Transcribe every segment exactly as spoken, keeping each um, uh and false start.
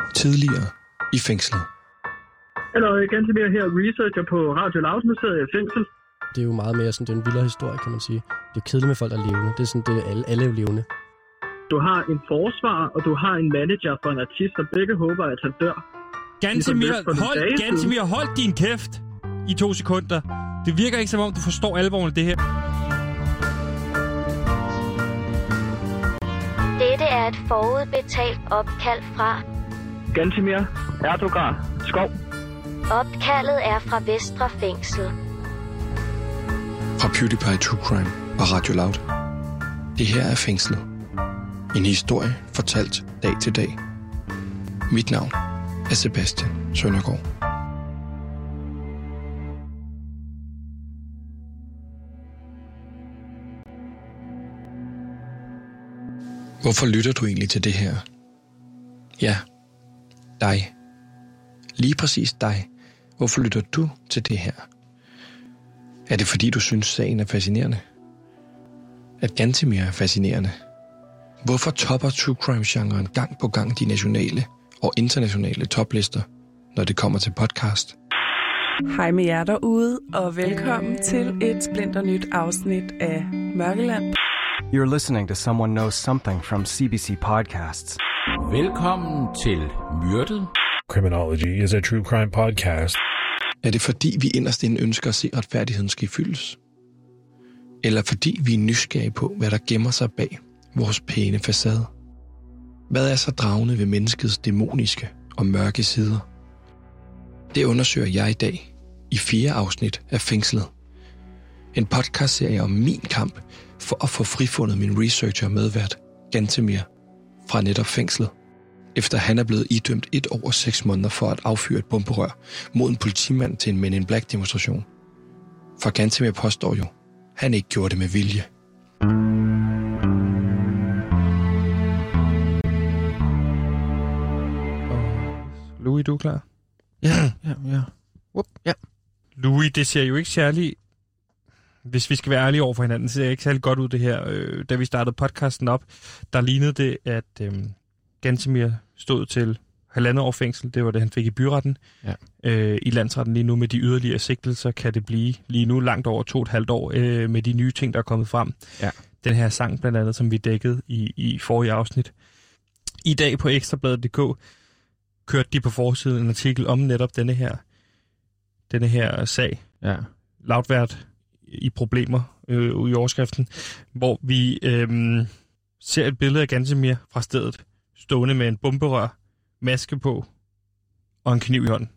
Tidligere i fængslet. Eller ganske mere her researcher på Radio Loud, nu sidder jeg i fængsel. Det er jo meget mere sådan, det er en vildere historie, kan man sige. Det er kedeligt med folk, der er levende. Det er sådan, det er alle, alle er levende. Du har en forsvarer, og du har en manager for en artist, og begge håber, at han dør. Gantemir, hold, Gantemir, hold din kæft i to sekunder. Det virker ikke, som om du forstår alvoren af det her. Dette er et forudbetalt opkald fra Gantemir Erdogan Skov. Opkaldet er fra Vestre Fængsel. Fra PewDiePie True Crime og Radio Loud. Det her er Fængslet. En historie fortalt dag til dag. Mit navn er Sebastian Søndergaard. Hvorfor lytter du egentlig til det her? Ja, dig. Lige præcis dig. Hvorfor lytter du til det her? Er det fordi, du synes, sagen er fascinerende? At Gantemir er fascinerende? Hvorfor topper true crime-genren gang på gang de nationale og internationale toplister, når det kommer til podcast? Hej med jer derude, og velkommen til et splinternyt afsnit af Mørkeland. You're listening to Someone Knows Something from C B C Podcasts. Velkommen til Myrdet. Criminology is a true crime podcast. Er det fordi, vi inderst inde ønsker at se retfærdigheden ske fyldes? Eller fordi vi er nysgerrige på, hvad der gemmer sig bag vores pæne facade? Hvad er så dragende ved menneskets dæmoniske og mørke sider? Det undersøger jeg i dag i fire afsnit af Fængslet. En podcastserie om min kamp for at få frifundet min researcher og medvært Gantemir fra netop Fængslet, efter han er blevet idømt et år og seks måneder for at affyre et bomberør mod en politimand til en Men in Black demonstration. For Gantemir påstår jo, han ikke gjorde det med vilje. Louis, du er klar? Ja, ja, ja. Whoop, ja. Louis, det ser jo ikke særlig... Hvis vi skal være ærlige over for hinanden, så ser det ikke særlig godt ud det her. Øh, da vi startede podcasten op, der lignede det, at øh, Gantemir stod til halvandet år fængsel. Det var det, han fik i byretten. Ja. Øh, I landsretten lige nu med de yderligere sigtelser kan det blive lige nu langt over to og et halvt år øh, med de nye ting, der er kommet frem. Ja. Den her sang blandt andet, som vi dækkede i, i forrige afsnit. I dag på ekstrabladet punktum d k kørte de på forsiden en artikel om netop denne her, denne her sag. Ja. Loudvært i problemer øh, i overskriften, hvor vi øh, ser et billede af Gantemir fra stedet, stående med en bomberør, maske på og en kniv i hånden.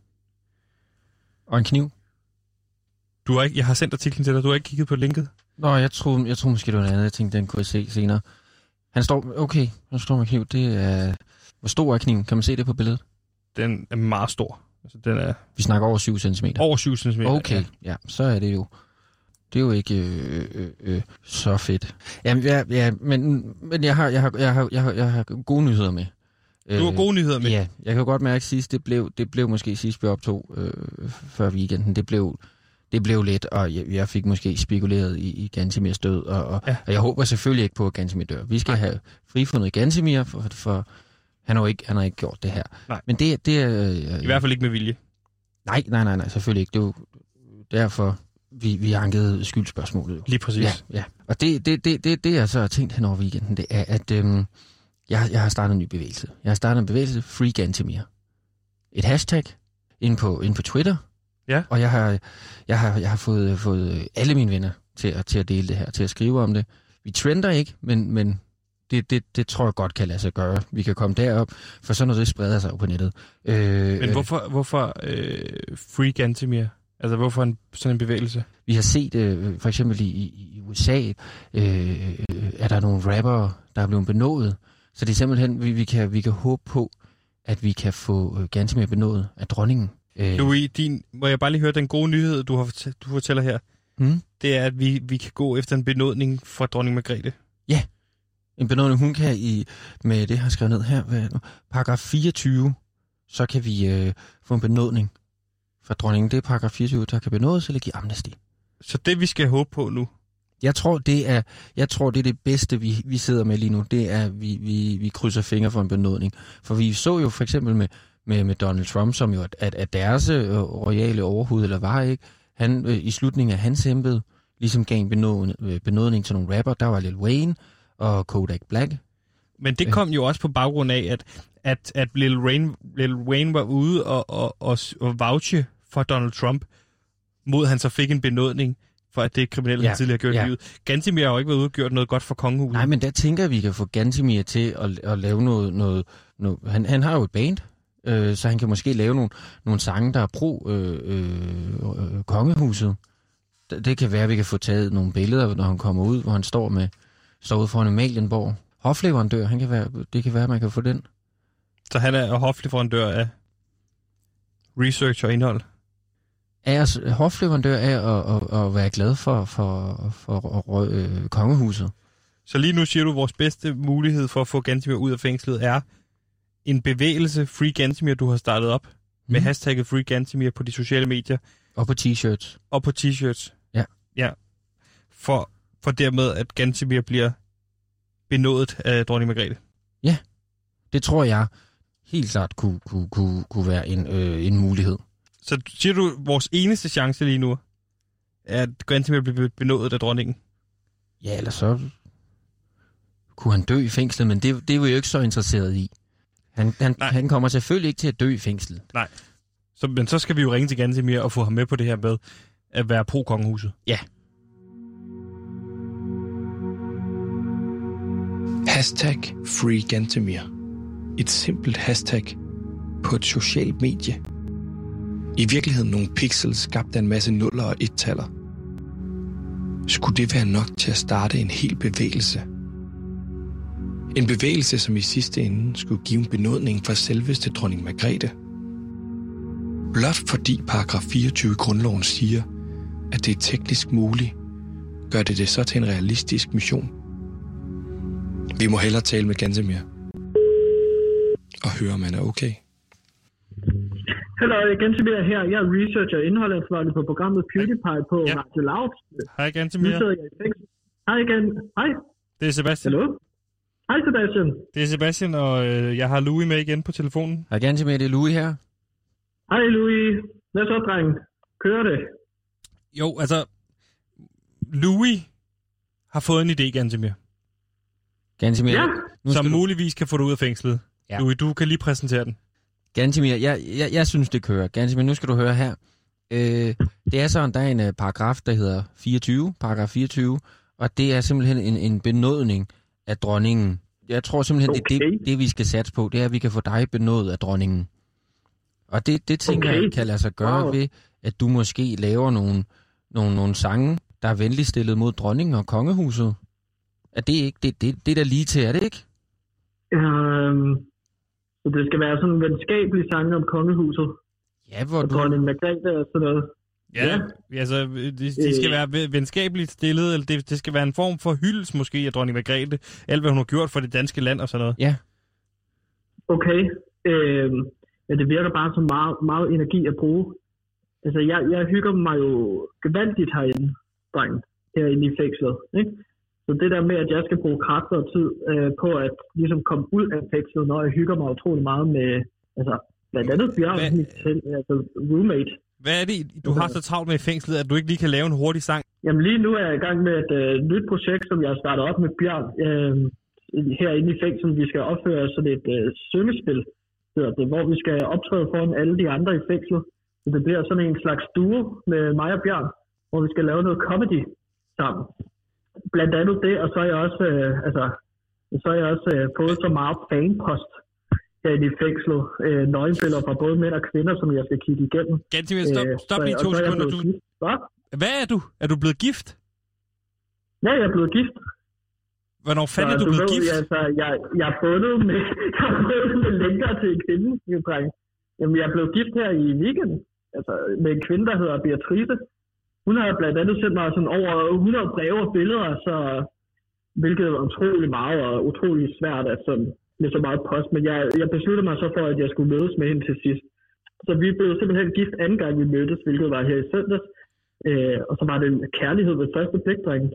Og en kniv? Du har ikke, jeg har sendt artiklen til dig, du har ikke kigget på linket? Nå, jeg troede, jeg troede måske, det var noget andet. Jeg tænkte, den kunne jeg se senere. Han står, okay, han står med kniv. Det er, hvor stor er kniven? Kan man se det på billedet? Den er meget stor. Altså, den er... Vi snakker over syv centimeter. Over syv centimeter, okay, ja. ja. Så er det jo... Det er jo ikke øh, øh, øh, så fedt. Jamen, ja, ja, men, men jeg, har, jeg, har, jeg, har, jeg, har, jeg har gode nyheder med. Du har gode nyheder med? Ja, jeg kan godt mærke, at sidst, det blev, det blev måske sidst, vi optog øh, før weekenden. Det blev, det blev let, og jeg, jeg fik måske spekuleret i, i Gantemirs død. Og, og, ja. og jeg håber selvfølgelig ikke på, at Gantemir dør. Vi skal Nej. have frifundet Gantemir, for, for han, har ikke, han har ikke gjort det her. Nej. Men det, det er... Øh, I hvert fald ikke med vilje. Nej, nej, nej, nej, selvfølgelig ikke. Det er jo derfor... Vi, vi ankede skyldspørgsmålet. Lige præcis. Ja, ja. Og det, det, det, det, det jeg så har tænkt hen over weekenden, det er, at øhm, jeg, jeg har startet en ny bevægelse. Jeg har startet en bevægelse, Free Gantemir. Et hashtag inde på, inde på Twitter. Ja. Og jeg har, jeg har, jeg har fået, fået alle mine venner til at, til at dele det her, til at skrive om det. Vi trender ikke, men, men det, det, det tror jeg godt kan lade sig gøre. Vi kan komme derop, for sådan noget, det spreder sig jo på nettet. Øh, men hvorfor, hvorfor øh, Free Gantemir? Altså, hvorfor en, sådan en bevægelse? Vi har set, øh, for eksempel i, i U S A, øh, er der nogle rappere, der er blevet benådet. Så det er simpelthen, vi, vi, kan, vi kan håbe på, at vi kan få øh, Gantemir benådet af dronningen. Øh. Louis, din, må jeg bare lige høre den gode nyhed, du, har, du fortæller her? Hmm? Det er, at vi, vi kan gå efter en benådning fra dronning Margrethe. Ja, en benådning, hun kan i, med det, jeg har skrevet ned her, hvad, paragraf fireogtyve, så kan vi øh, få en benådning fra dronningen. Det er paragraf fireogtyve, der kan benådes eller give amnesti. Så det, vi skal håbe på nu, Jeg tror, det er, jeg tror, det er det bedste, vi, vi sidder med lige nu. Det er, at vi, vi, vi krydser fingre for en benådning. For vi så jo for eksempel med, med, med Donald Trump, som jo at, at deres øh, royale overhoved, eller var ikke, han øh, i slutningen af hans embede ligesom gav en benådning, øh, benådning til nogle rapper. Der var Lil Wayne og Kodak Black. Men det kom jo også på baggrund af, at, at, at Lil, Wayne, Lil Wayne var ude og, og, og, og vouche for Donald Trump, mod han så fik en benådning for at det kriminelle, ja, han tidligere har gjort ja. i livet. Gantemir har jo ikke været ude og gjort noget godt for kongehuset. Nej, men der tænker vi kan få Gantemir til at, at lave noget... noget, noget han, han har jo et band, øh, så han kan måske lave nogle, nogle sange, der er pro øh, øh, kongehuset. Det, det kan være, at vi kan få taget nogle billeder, når han kommer ud, hvor han står med står ude foran Amalienborg. Hofleverandør, han kan være, det kan være, at man kan få den. Så han er hofleverandør af research og indhold? Er hofleverandør af at, at, at være glad for, for, for, for øh, kongehuset. Så lige nu siger du, at vores bedste mulighed for at få Gantemir ud af fængslet er en bevægelse, Free Gantemir, du har startet op, mm. med hashtagget Free Gantemir på de sociale medier. Og på t-shirts. Og på t-shirts. Ja. Ja. For, for dermed, at Gantemir bliver benådet af dronning Margrethe. Ja, det tror jeg helt klart kunne, kunne, kunne, kunne være en, øh, en mulighed. Så siger du, at vores eneste chance lige nu er, at Gantemir bliver benådet af dronningen? Ja, eller så kunne han dø i fængslet, men det, det er vi jo ikke så interesseret i. Han, han, han kommer selvfølgelig ikke til at dø i fængslet. Nej, så, men så skal vi jo ringe til Gantemir og få ham med på det her med at være pro-kongehuset. Ja. Hashtag Free Gantemir. Et simpelt hashtag på et socialt medie. I virkeligheden nogle pixels skabt af en masse nuller og et-taller. Skulle det være nok til at starte en hel bevægelse? En bevægelse, som i sidste ende skulle give en benådning for selveste dronning Margrethe. Blot fordi paragraf fireogtyve i grundloven siger, at det er teknisk muligt, gør det det så til en realistisk mission. Vi må hellere tale med Gantemir og høre, om han er okay. Hallo, Gantemir her. Jeg er researcher og indholdansvarlig på programmet PewDiePie på ja. Radio Loud. Hej Gantemir. Nu sidder jeg i fængsel. Hej igen. Hej. Det er Sebastian. Hallo. Hej Sebastian. Det er Sebastian, og øh, jeg har Louis med igen på telefonen. Hej Gantemir, det er Louis her. Hej Louis. Hvad så, dreng? Kører det? Jo, altså... Louis har fået en idé, Gantemir. Gantemir, ja. Som du... muligvis kan få dig ud af fængslet. Ja. Louis, du kan lige præsentere den. Gantemir, jeg, jeg, jeg synes, det kører. Gantemir, nu skal du høre her. Øh, det er sådan, der er en uh, paragraf, der hedder fireogtyve, paragraf fireogtyve, og det er simpelthen en, en benådning af dronningen. Jeg tror simpelthen, okay. det er det, det, vi skal satse på, det er, at vi kan få dig benådet af dronningen. Og det, det tænker okay. jeg kan lade sig gøre wow. ved, at du måske laver nogle, nogle, nogle sange, der er venligt stillet mod dronningen og kongehuset. Er det ikke det, det, det der lige til, er det ikke? Um, så det skal være sådan en venskabelig sang om kongehuset. Ja, hvor og du... dronning Margrethe og sådan noget. Ja, ja. altså, de, de skal være venskabeligt stillet, eller det, det skal være en form for hyldest måske af dronning Margrethe, alt hvad hun har gjort for det danske land og sådan noget. Ja. Okay. Øhm, ja, det virker bare så meget, meget energi at bruge. Altså, jeg, jeg hygger mig jo gevaldigt herinde, drengen, herinde i fængslet, ikke? Så det der med, at jeg skal bruge kræfter og tid øh, på at ligesom komme ud af fængslet, når jeg hygger mig utrolig meget med, altså, blandt andet Bjørn, mit altså, roommate. Hvad er det, du har så travlt med i fængslet, at du ikke lige kan lave en hurtig sang? Jamen lige nu er jeg i gang med et øh, nyt projekt, som jeg har startet op med Bjørn øh, herinde i fængslet. Vi skal opføre sådan et øh, syngespil, det, hvor vi skal optræde foran alle de andre i fængslet. Så det bliver sådan en slags duo med mig og Bjørn, hvor vi skal lave noget comedy sammen. Blandt andet det, og så er jeg også, øh, altså, så er jeg også øh, fået så meget fanpost herinde i fængslet. Øh, nøgenbilleder fra både mænd og kvinder, som jeg skal kigge igennem. Gantemir, stop, stop lige to sekunder. Du... Hvad er du? Er du blevet gift? Ja, jeg er blevet gift. Hvornår fanden så, er du, du blevet ved, gift? Altså, jeg, jeg er bundet med, jeg er bundet med længere til en kvinde, dreng. Jamen, jeg er blevet gift her i weekenden. Altså, med en kvinde, der hedder Beatrice. Hun har blandt andet sendt mig sådan over hundrede breve og billeder, så, hvilket er utrolig meget og utrolig svært at sådan, med så meget post. Men jeg, jeg besluttede mig så for, at jeg skulle mødes med hende til sidst. Så vi blev simpelthen gift anden gang, vi mødtes, hvilket var her i søndags. Øh, og så var det en kærlighed ved første blik, drenge.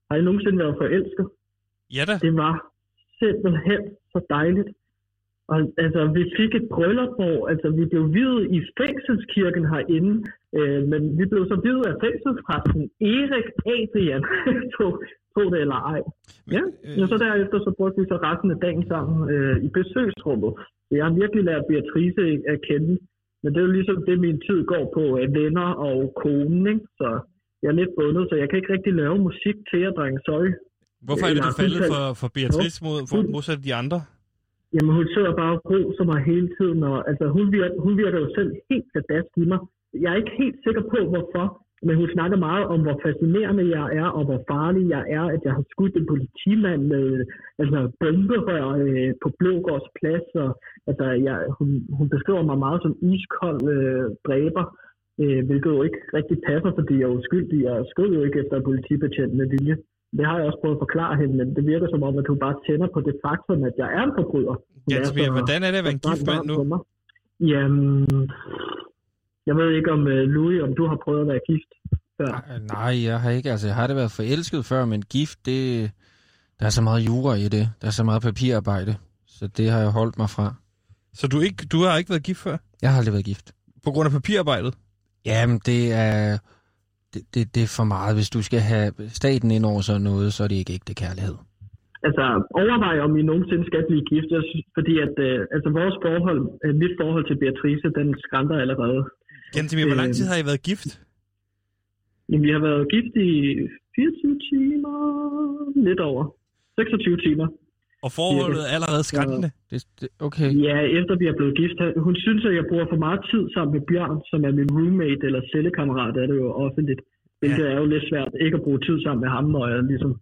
Har I nogensinde været forelsket? Ja da. Det var simpelthen så dejligt. Og altså, vi fik et bryllup, hvor altså, vi blev viet i fængselskirken herinde, øh, men vi blev så viet af fængselspræsten Erik Adrian, tog, tog det eller ej. Ja, og så derefter så brugte vi så resten af dagen sammen øh, i besøgsrummet. Jeg har virkelig lært Beatrice at kende, men det er jo ligesom det, min tid går på, øh, venner og konen, ikke? Så jeg er lidt bundet, så jeg kan ikke rigtig lave musik til jer, drenge, sorry. Hvorfor er det, du faldet for, for Beatrice mod, for modsat de andre? Jamen, hun sidder bare og roser mig hele tiden, og altså, hun, virker, hun virker jo selv helt pladask i mig. Jeg er ikke helt sikker på, hvorfor, men hun snakker meget om, hvor fascinerende jeg er, og hvor farlig jeg er, at jeg har skudt en politimand med altså, bomberør øh, på Blågårds plads, og altså, jeg, hun, hun beskriver mig meget som iskold øh, dræber, øh, hvilket jo ikke rigtig passer, fordi jeg er uskyldig. Jeg skød jo ikke efter politibetjent med vilje. Det har jeg også prøvet at forklare hende, men det virker som om, at hun bare tænder på det faktum, at jeg er en forbryder. Gansomir, hvordan er det at være en gift mand nu? Jamen, jeg ved ikke om, uh, Louis, om du har prøvet at være gift før. Nej, jeg har ikke. Altså, jeg har det været forelsket før, men gift, det, der er så meget jura i det. Der er så meget papirarbejde, så det har jeg holdt mig fra. Så du, ikke, du har ikke været gift før? Jeg har aldrig været gift. På grund af papirarbejdet? Jamen, det er... Det, det, det er for meget. Hvis du skal have staten ind over sådan noget, så er det ikke ægte kærlighed. Altså, overvej om I nogensinde skal blive gift, jeg synes, fordi at øh, altså, vores forhold, øh, mit forhold til Beatrice, den skrænder allerede. Gansomir, hvor lang tid har I været gift? Jamen, vi har været gift i fireogtyve timer, lidt over. seksogtyve timer. Og forholdet er allerede skrændende? Det, det, okay. Ja, efter vi er blevet gift. Hun synes, at jeg bruger for meget tid sammen med Bjørn, som er min roommate eller cellekammerat, er det jo offentligt. Hvilket ja. er jo lidt svært ikke at bruge tid sammen med ham, når jeg ligesom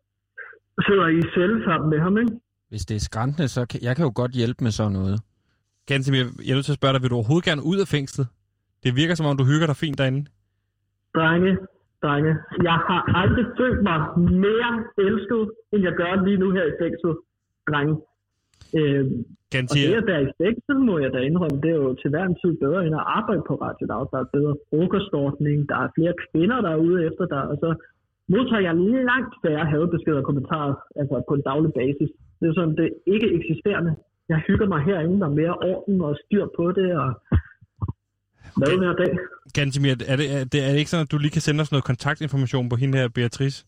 sidder i celle sammen med ham, ikke? Hvis det er skrændende, så kan jeg kan jo godt hjælpe med sådan noget. Gansomir, jeg er nødt til at spørge dig, vil du overhovedet gerne ud af fængslet? Det virker som om, du hygger dig fint derinde. Drenge, drenge, jeg har aldrig følt mig mere elsket, end jeg gør lige nu her i fængslet. Drenge. Øhm, og det at være i fængsel, må jeg da indrømme, det er jo til hver en tid bedre end at arbejde på Radio Loud. Der er bedre frokostordning, der er flere kvinder, der er ude efter dig, og så modtager jeg langt færre hadbeskeder og kommentarer altså på en daglig basis. Det er sådan, det er ikke eksisterende. Jeg hygger mig herinde, der er mere orden og styr på det, og mad hver dag. Gansomir, er det, er, det, er det ikke sådan, at du lige kan sende os noget kontaktinformation på hende her, Beatrice?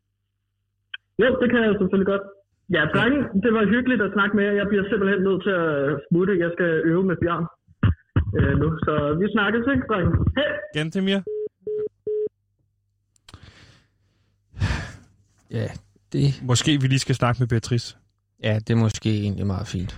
Jo, det kan jeg selvfølgelig godt. Ja, drenge, det var hyggeligt at snakke med jer. Jeg bliver simpelthen nødt til at smutte. Jeg skal øve med Bjørn øh, nu, så vi snakkes, ikke, drenge? Hej! Gansomir? Ja, det... Måske vi lige skal snakke med Beatrice. Ja, det er måske egentlig meget fint.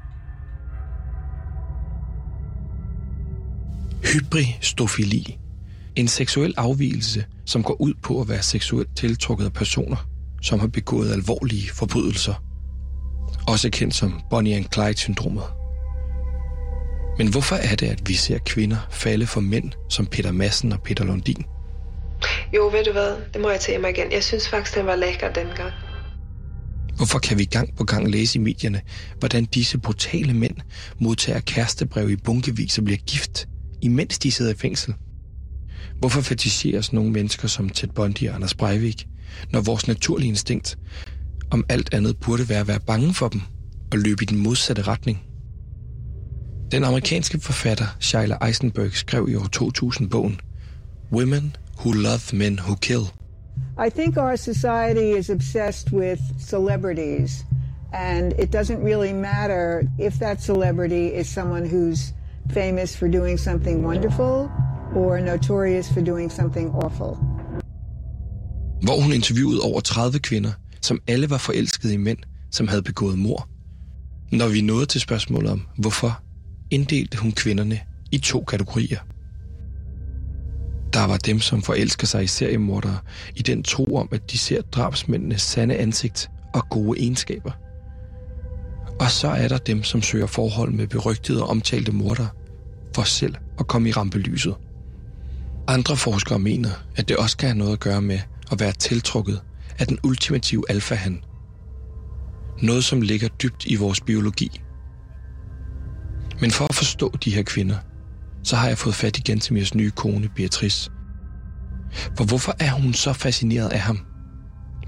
Hybristofili. En seksuel afvigelse, som går ud på at være seksuelt tiltrukket af personer, som har begået alvorlige forbrydelser. Også kendt som Bonnie and Clyde-syndromet. Men hvorfor er det, at vi ser kvinder falde for mænd som Peter Madsen og Peter Lundin? Jo, ved du hvad? Det må jeg tage mig igen. Jeg synes faktisk, den var lækker dengang. Hvorfor kan vi gang på gang læse i medierne, hvordan disse brutale mænd modtager kærestebrev i bunkevis og bliver gift, imens de sidder i fængsel? Hvorfor fetisheres nogle mennesker som Ted Bundy og Anders Breivik, når vores naturlige instinkt om alt andet burde være at være bange for dem og løbe i den modsatte retning? Den amerikanske forfatter Sheila Eisenberg skrev i år to tusind bogen Women Who Love Men Who Kill. I think our society is obsessed with celebrities, and it doesn't really matter if that celebrity is someone who's famous for doing something wonderful or notorious for doing something awful. Hvor hun interviewede over tredive kvinder, som alle var forelskede i mænd, som havde begået mord. Når vi nåede til spørgsmålet om, hvorfor, inddelte hun kvinderne i to kategorier. Der var dem, som forelsker sig i seriemordere, i den tro om, at de ser drabsmændenes sande ansigt og gode egenskaber. Og så er der dem, som søger forhold med berygtede og omtalte mordere, for selv at komme i rampelyset. Andre forskere mener, at det også kan have noget at gøre med at være tiltrukket af den ultimative alfahan. Noget, som ligger dybt i vores biologi. Men for at forstå de her kvinder, så har jeg fået fat i Gansimirs nye kone, Beatrice. For hvorfor er hun så fascineret af ham?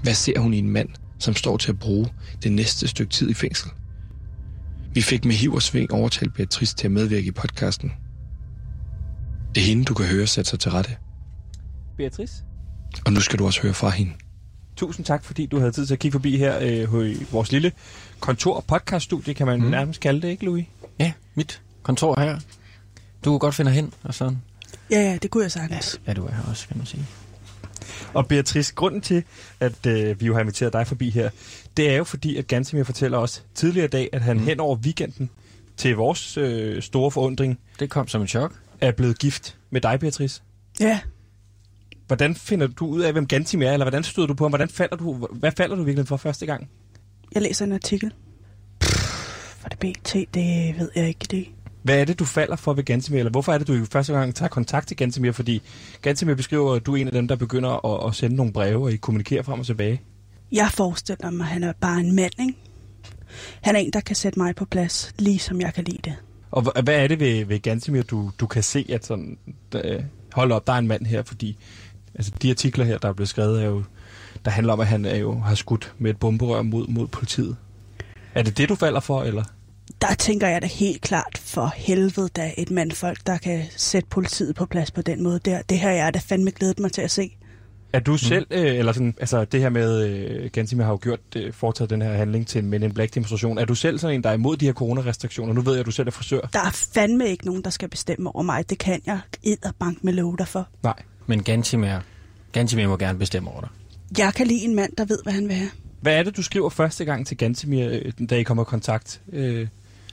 Hvad ser hun i en mand, som står til at bruge det næste stykke tid i fængsel? Vi fik med hiv og sving overtalt Beatrice til at medvirke i podcasten. Det er hende, du kan høre sætte sig til rette. Beatrice? Og nu skal du også høre fra hende. Tusind tak, fordi du havde tid til at kigge forbi her øh, hos vores lille kontor- og podcaststudie, kan man mm. nærmest kalde det, ikke Louis? Ja, mit kontor her. Du kunne godt finde hen og sådan. Ja, ja, det kunne jeg sagtens. Ja, du er her også, kan man sige. Og Beatrice, grunden til, at øh, vi jo har inviteret dig forbi her, det er jo fordi, at Gantemir fortæller os tidligere i dag, at han mm. hen over weekenden til vores øh, store forundring... Det kom som en chok. ...er blevet gift med dig, Beatrice. Ja. Hvordan finder du ud af, hvem Gantemir er, eller hvordan støder du på ham? Hvordan falder du, hvad falder du virkelig for første gang? Jeg læser en artikel. Pff, var det B T? Det ved jeg ikke det. Hvad er det, du falder for ved Gantemir, eller hvorfor er det, du første gang tager kontakt til Gantemir? Fordi Gantemir beskriver, at du er en af dem, der begynder at, at sende nogle breve, og I kommunikerer frem og tilbage. Jeg forestiller mig, at han er bare en mand, ikke? Han er en, der kan sætte mig på plads, lige som jeg kan lide det. Og hvad er det ved, ved Gantemir, du, du kan se, at sådan, der, hold op, der er en mand her, fordi altså, de artikler her, der er blevet skrevet, er jo, der handler om, at han er jo, har skudt med et bomberør mod, mod politiet. Er det det, du falder for, eller? Der tænker jeg da helt klart, for helvede, der er et mandfolk, der kan sætte politiet på plads på den måde der. Det her jeg er da fandme glædet mig til at se. Er du mm. selv, øh, eller sådan, altså det her med, øh, Gantemir har jo gjort, øh, foretaget den her handling til en Men in Black demonstration. Er du selv sådan en, der er imod de her coronarestriktioner? Nu ved jeg, at du selv er frisør. Der er fandme ikke nogen, der skal bestemme over mig. Det kan jeg edderbank med love dig for. Nej, men Gantemir, Gantemir må gerne bestemme over dig. Jeg kan lide en mand, der ved, hvad han vil have. Hvad er det, du skriver første gang til Gantemir, øh, da I kommer i kontakt? Øh...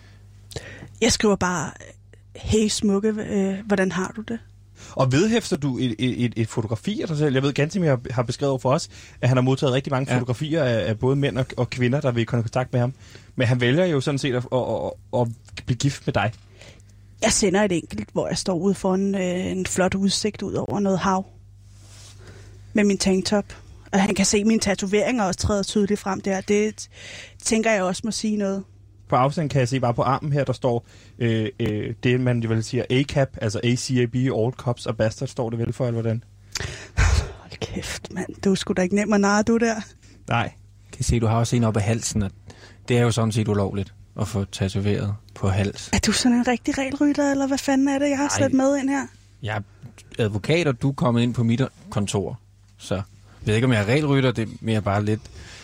Jeg skriver bare, hey smukke, øh, hvordan har du det? Og vedhæfter du et, et, et fotografi af dig selv? Jeg ved, Gantemir har beskrevet for os, at han har modtaget rigtig mange ja. fotografier af, af både mænd og, og kvinder, der vil komme i kontakt med ham. Men han vælger jo sådan set at, at, at, at blive gift med dig. Jeg sender et enkelt, hvor jeg står ude for en, øh, en flot udsigt ud over noget hav. Med min tanktop. Og han kan se mine tatoveringer også træder tydeligt frem der. Det tænker jeg også må sige noget. På afstand kan jeg se bare på armen her, der står øh, øh, det, man jo vel siger A C A B, altså A C A B, All Cops og Bastard, står det vel for, eller hvordan? Hold kæft, mand. Du er sgu da ikke nem at narre, du der. Nej. Kan I se, du har også en op af halsen, og det er jo sådan set ulovligt at få tatoveret på hals. Er du sådan en rigtig regelrytter, eller hvad fanden er det, jeg har sat med ind her? Jeg er advokat, og du er kommet ind på mit kontor, så jeg ved ikke, om jeg er regelrytter, det er mere bare lidt,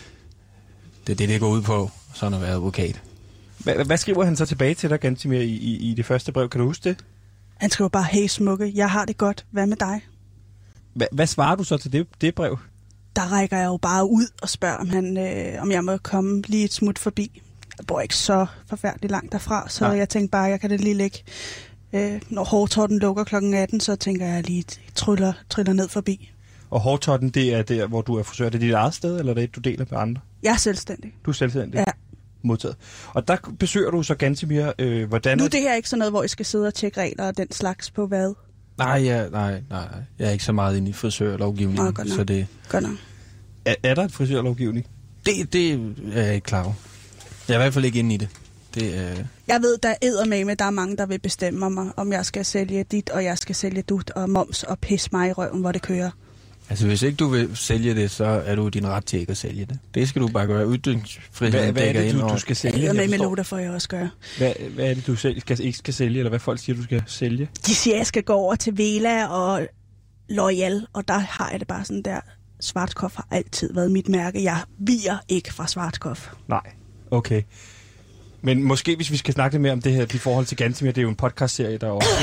det er det, det går ud på, sådan at være advokat. Hvad, hvad skriver han så tilbage til dig, Gantemir, i, i, i det første brev? Kan du huske det? Han skriver bare, hey smukke, jeg har det godt. Hvad med dig? Hva, hvad svarer du så til det, det brev? Der rækker jeg jo bare ud og spørger, om, han, øh, om jeg må komme lige et smut forbi. Jeg bor ikke så forfærdeligt langt derfra, så Nej. jeg tænkte bare, jeg kan det lige lægge. Øh, når Hårtotten lukker klokken atten, så tænker jeg lige, tryller, tryller ned forbi. Og Hårtotten, det er der, hvor du er frisør. Det er dit eget sted, eller er det, du deler med andre? Jeg er selvstændig. Du er selvstændig? Ja. Modtaget. Og der besøger du så Gantemir, øh, hvordan... Nu er det her ikke sådan noget, hvor I skal sidde og tjekke regler og den slags på hvad? Nej, ja, nej, nej. Jeg er ikke så meget inde i frisørlovgivningen. Oh, godt nok. Så det... Godt nok. Er, er der et frisørlovgivning? Det, det er jeg ikke klar over. Jeg er i hvert fald ikke inde i det. det er... Jeg ved, der er med med, der er mange, der vil bestemme mig, om jeg skal sælge dit, og jeg skal sælge dut, og moms og pis mig i røven, hvor det kører. Altså, hvis ikke du vil sælge det, så er du din ret til ikke at sælge det. Det skal du bare gøre. Ytringsfriheden hvad, hvad er det, du, ind du skal sælge? Jeg er med med lov, der får jeg også gøre. Hvad, hvad er det, du selv skal, ikke skal sælge, eller hvad folk siger, du skal sælge? De siger, at jeg skal gå over til Vela og Loyal, og der har jeg det bare sådan der. Schwarzkopf har altid været mit mærke. Jeg viger ikke fra Schwarzkopf. Nej, okay. Men måske, hvis vi skal snakke lidt mere om det her, de forhold til Gantemir, det er jo en podcastserie, der også...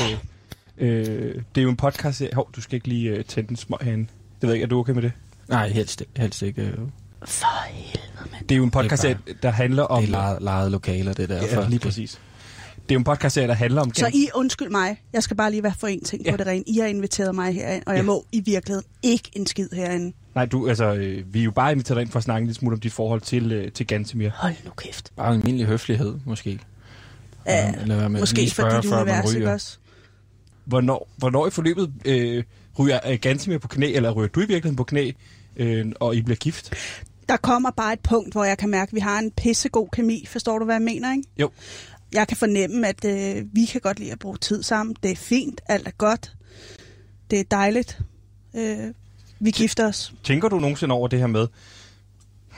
øh, det er jo en podcastserie... Hov, du skal ikke lige uh, tænde den smøg herinde. Det ved jeg ikke, er du okay med det? Nej, helst, helst ikke. For helvede, mand. Det er jo en podcastserie, der handler om... Det er lejede, lejede lokaler, det der. Ja, lige præcis. Det er jo en podcastserie, der handler om... Så I, undskyld mig, jeg skal bare lige være for en ting ja. på det rene. I har inviteret mig herind, og jeg ja. må i virkeligheden ikke en skid herinde. Nej, du, altså, øh, vi er jo bare inviteret ind for at snakke en lille smule om dit forhold til, øh, til Gantemir. Hold nu kæft. Bare en almindelig høflighed, måske. Ja, Eller med måske for dit univers, ikke også? Hvornår, hvornår i forløbet øh, ryger Gantemir på knæ, eller ryger du i virkeligheden på knæ, øh, og I bliver gift? Der kommer bare et punkt, hvor jeg kan mærke, at vi har en pissegod kemi. Forstår du, hvad jeg mener, ikke? Jo. Jeg kan fornemme, at øh, vi kan godt lide at bruge tid sammen. Det er fint, alt er godt. Det er dejligt. Øh, vi gifter os. Tænker du nogensinde over det her med,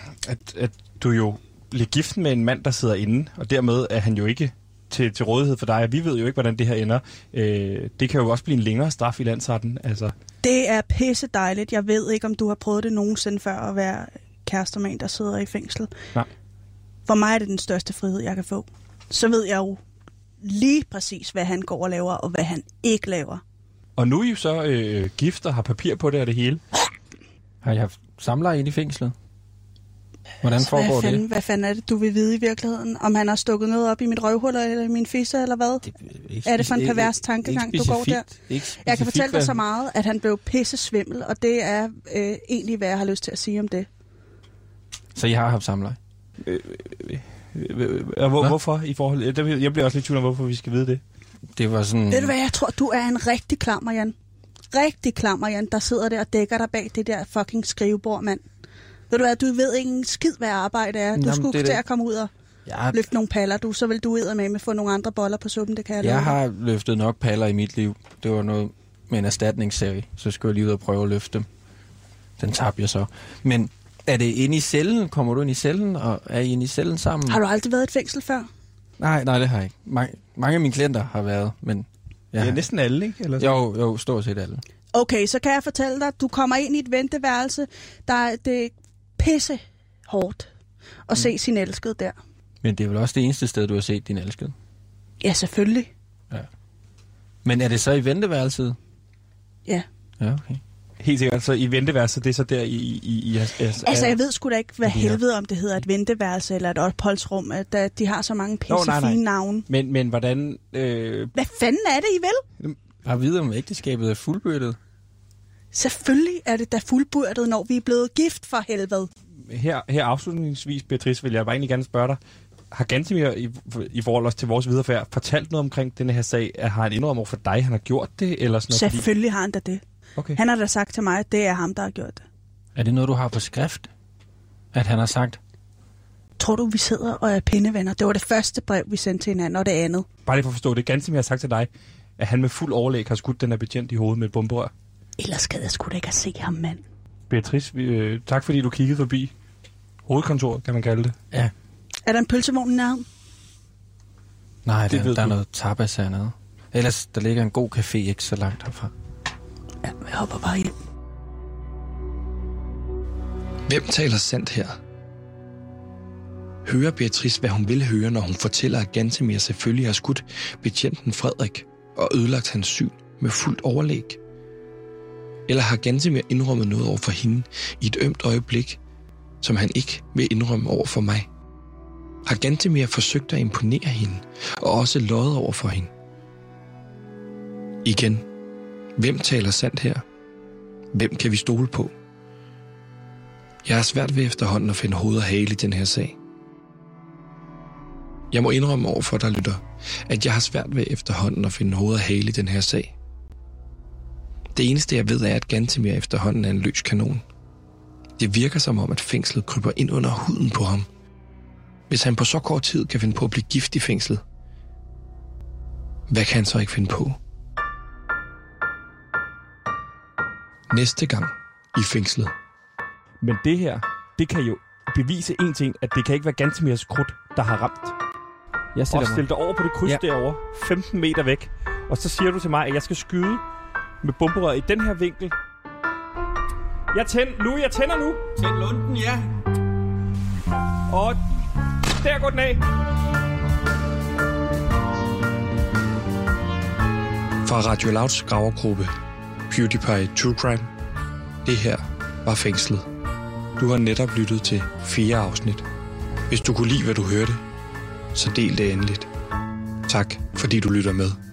at, at du jo bliver gift med en mand, der sidder inde, og dermed er han jo ikke til, til rådighed for dig, og vi ved jo ikke, hvordan det her ender. Øh, det kan jo også blive en længere straf i landsretten. Altså. Det er pisse dejligt. Jeg ved ikke, om du har prøvet det nogensinde før at være kærester med en, der sidder i fængsel. Nej. For mig er det den største frihed, jeg kan få. Så ved jeg jo lige præcis, hvad han går og laver, og hvad han ikke laver. Og nu er I jo så øh, gift og har papir på det og det hele. Har I haft samleje inde i fængslet? Hvordan altså, foregår hvad fanden, det? Hvad fanden er det, du vil vide i virkeligheden? Om han har stukket noget op i mit røvhul eller i min fisse, eller hvad? Det, er, er det for en pervers tankegang, du går der? Jeg kan fortælle dig så meget, at han blev pisse svimmel, og det er øh, egentlig, hvad jeg har lyst til at sige om det. Så I har haft samleje? Øh, øh, øh, øh, hvor, hvorfor i forhold? Jeg bliver også lidt tvivl om, hvorfor vi skal vide det. Det var sådan... Ved du hvad, jeg tror, du er en rigtig klammer, Jan. Rigtig klammer, Jan, der sidder der og dækker dig bag det der fucking skrivebord, mand. Ved du hvad, du ved ikke en skid, hvad arbejde er. Du Jamen, skulle til at komme ud og jeg... løfte nogle paller, du, så vil du ud med med få nogle andre boller på suppen, det kan jeg Jeg lade. har løftet nok paller i mit liv. Det var noget med en erstatningsserie, så skulle jeg lige ud og prøve at løfte dem. Den tabte jeg så. Men er det inde i cellen? Kommer du ind i cellen, og er I inde i cellen sammen? Har du aldrig været i et fængsel før? Nej, nej, det har jeg ikke. Mange, mange af mine klienter har været, men... Ja, næsten alle, ikke? Eller jo, jo, stort set alle. Okay, så kan jeg fortælle dig, du kommer ind i et venteværelse, der er det pisse hårdt at mm. se sin elskede der. Men det er vel også det eneste sted, du har set din elskede? Ja, selvfølgelig. Ja. Men er det så i venteværelset? Ja. Ja, okay. Helt sikkert, så i venteværelset, det er så der i... i, i altså, altså, jeg ved sgu da ikke, hvad helvede, om det hedder et venteværelse eller et opholdsrum, at de har så mange pisse Nå, nej, nej. fine navne. Men, men hvordan... Øh... Hvad fanden er det, I vil? Bare vide, om ægteskabet er fuldbyrdet. Selvfølgelig er det da fuldbyrdet, når vi er blevet gift, for helvede. Her, her afslutningsvis, Beatrice, vil jeg bare egentlig gerne spørge dig. Har Gantemir i, i forhold også til vores viderefærd fortalt noget omkring denne her sag? Har han indrømmet over for dig, han har gjort det? Eller sådan noget, Selvfølgelig fordi... har han da det. Okay. Han har da sagt til mig, at det er ham, der har gjort det. Er det noget, du har på skrift? At han har sagt? Tror du, vi sidder og er pindevenner? Det var det første brev, vi sendte til hinanden, og det andet. Bare lige for at forstå det. Gantemir har sagt til dig, at han med fuld overlæg har skudt den her betjent i hovedet med et bomberør. Ellers skal jeg sgu da ikke at se ham, mand. Beatrice, øh, tak fordi du kiggede forbi hovedkontoret, kan man kalde det. Ja. Er der en pølsevogn i nærheden? Nej, det der, der er noget tapas hernede. Ellers, der ligger en god café ikke så langt herfra. Ja, jeg hopper bare hjem. Hvem taler sandt her? Hører Beatrice, hvad hun vil høre, når hun fortæller, at Gantemir selvfølgelig har skudt betjenten Frederik og ødelagt hans syn med fuldt overlæg? Eller har Gantemir indrømmet noget over for hende i et ømt øjeblik, som han ikke vil indrømme over for mig? Har Gantemir forsøgt at imponere hende og også løjet over for hende? Igen, hvem taler sandt her? Hvem kan vi stole på? Jeg har svært ved efterhånden at finde hoved og hale i den her sag. Jeg må indrømme over for dig, lytter, at jeg har svært ved efterhånden at finde hoved og hale i den her sag. Det eneste jeg ved er, at Gantemir efterhånden er en løs kanon. Det virker som om, at fængslet kryber ind under huden på ham. Hvis han på så kort tid kan finde på at blive gift i fængslet, hvad kan han så ikke finde på? Næste gang i fængslet. Men det her, det kan jo bevise en ting, at det kan ikke være Gantemirs krudt, der har ramt. Jeg og stille dig over på det kryds ja. derovre, femten meter væk. Og så siger du til mig, at jeg skal skyde med bomberøret i den her vinkel. Jeg tænder, Louis, jeg tænder nu. Tænd lunden, ja. Og der går den af. Fra Radio Louds gravergruppe, PewDiePie True Crime. Det her var Fængslet. Du har netop lyttet til fire afsnit. Hvis du kunne lide, hvad du hørte, så del det endeligt. Tak, fordi du lytter med.